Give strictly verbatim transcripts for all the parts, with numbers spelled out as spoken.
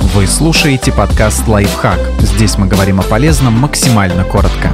Вы слушаете подкаст «Лайфхак». Здесь мы говорим о полезном максимально коротко.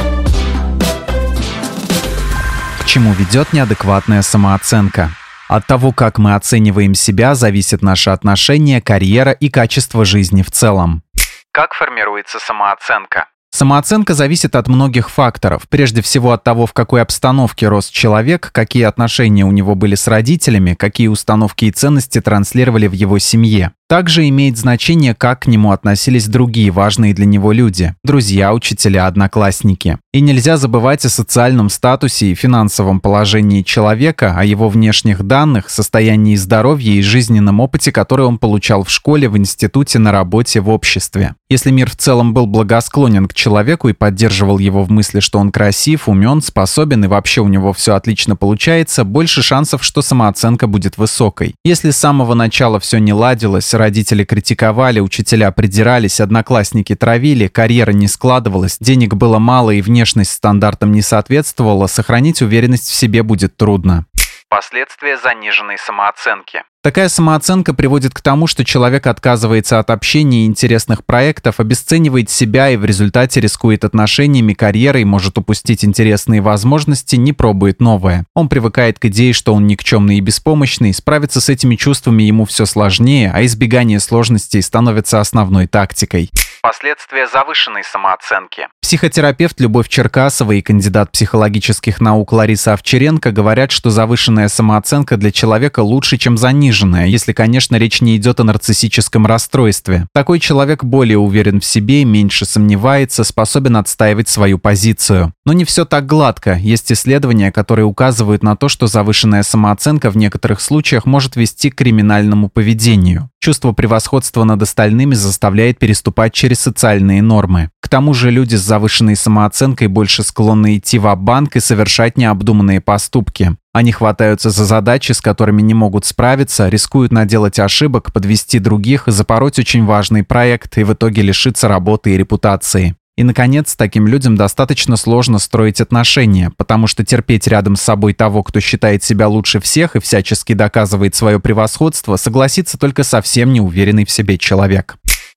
К чему ведет неадекватная самооценка? От того, как мы оцениваем себя, зависит наше отношение, карьера и качество жизни в целом. Как формируется самооценка? Самооценка зависит от многих факторов. Прежде всего от того, в какой обстановке рос человек, какие отношения у него были с родителями, какие установки и ценности транслировали в его семье. Также имеет значение, как к нему относились другие важные для него люди – друзья, учителя, одноклассники. И нельзя забывать о социальном статусе и финансовом положении человека, о его внешних данных, состоянии здоровья и жизненном опыте, который он получал в школе, в институте, на работе, в обществе. Если мир в целом был благосклонен к человеку и поддерживал его в мысли, что он красив, умен, способен и вообще у него все отлично получается, больше шансов, что самооценка будет высокой. Если с самого начала все не ладилось, родители критиковали, учителя придирались, одноклассники травили, карьера не складывалась, денег было мало и внешность стандартам не соответствовала, сохранить уверенность в себе будет трудно. Последствия заниженной самооценки. Такая самооценка приводит к тому, что человек отказывается от общения и интересных проектов, обесценивает себя и в результате рискует отношениями, карьерой, может упустить интересные возможности, не пробует новое. Он привыкает к идее, что он никчемный и беспомощный, справиться с этими чувствами ему все сложнее, а избегание сложностей становится основной тактикой. Последствия завышенной самооценки. Психотерапевт Любовь Черкасова и кандидат психологических наук Лариса Овчаренко говорят, что завышенная самооценка для человека лучше, чем заниженная, если, конечно, речь не идет о нарциссическом расстройстве. Такой человек более уверен в себе, меньше сомневается, способен отстаивать свою позицию. Но не все так гладко. Есть исследования, которые указывают на то, что завышенная самооценка в некоторых случаях может вести к криминальному поведению. Чувство превосходства над остальными заставляет переступать через социальные нормы. К тому же люди с завышенной самооценкой больше склонны идти ва-банк и совершать необдуманные поступки. Они хватаются за задачи, с которыми не могут справиться, рискуют наделать ошибок, подвести других и запороть очень важный проект и в итоге лишиться работы и репутации. И, наконец, таким людям достаточно сложно строить отношения, потому что терпеть рядом с собой того, кто считает себя лучше всех и всячески доказывает свое превосходство, согласится только совсем неуверенный в себе человек.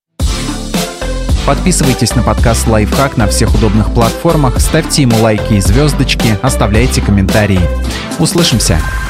Подписывайтесь на подкаст «Лайфхак» на всех удобных платформах, ставьте ему лайки и звездочки, оставляйте комментарии. Услышимся!